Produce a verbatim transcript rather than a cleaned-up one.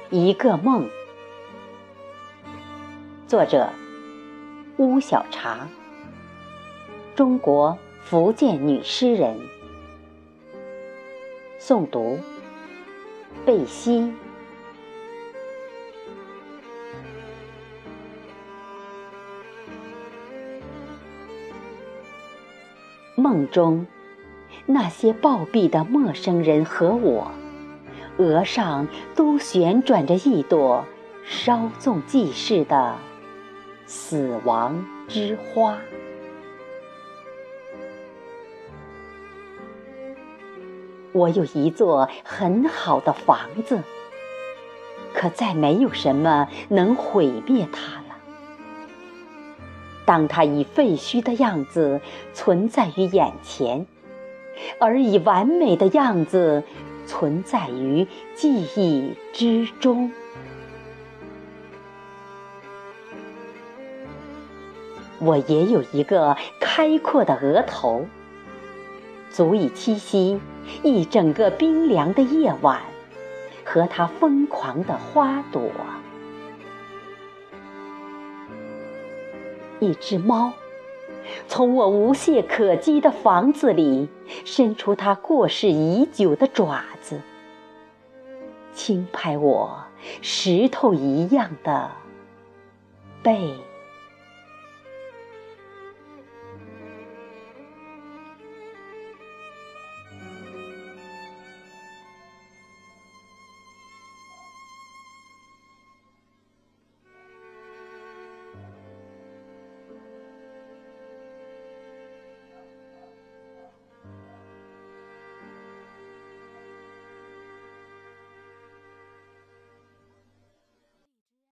一个梦，作者巫小茶，中国福建女诗人。诵读贝西。梦中那些暴毙的陌生人和我，额上都旋转着一朵稍纵即逝的死亡之花。我有一座很好的房子，可再没有什么能毁灭它了。当它以废墟的样子存在于眼前，而以完美的样子存在于记忆之中。我也有一个开阔的额头，足以栖息一整个冰凉的夜晚和它疯狂的花朵。一只猫从我无懈可击的房子里伸出它过世已久的爪子，轻拍我石头一样的背。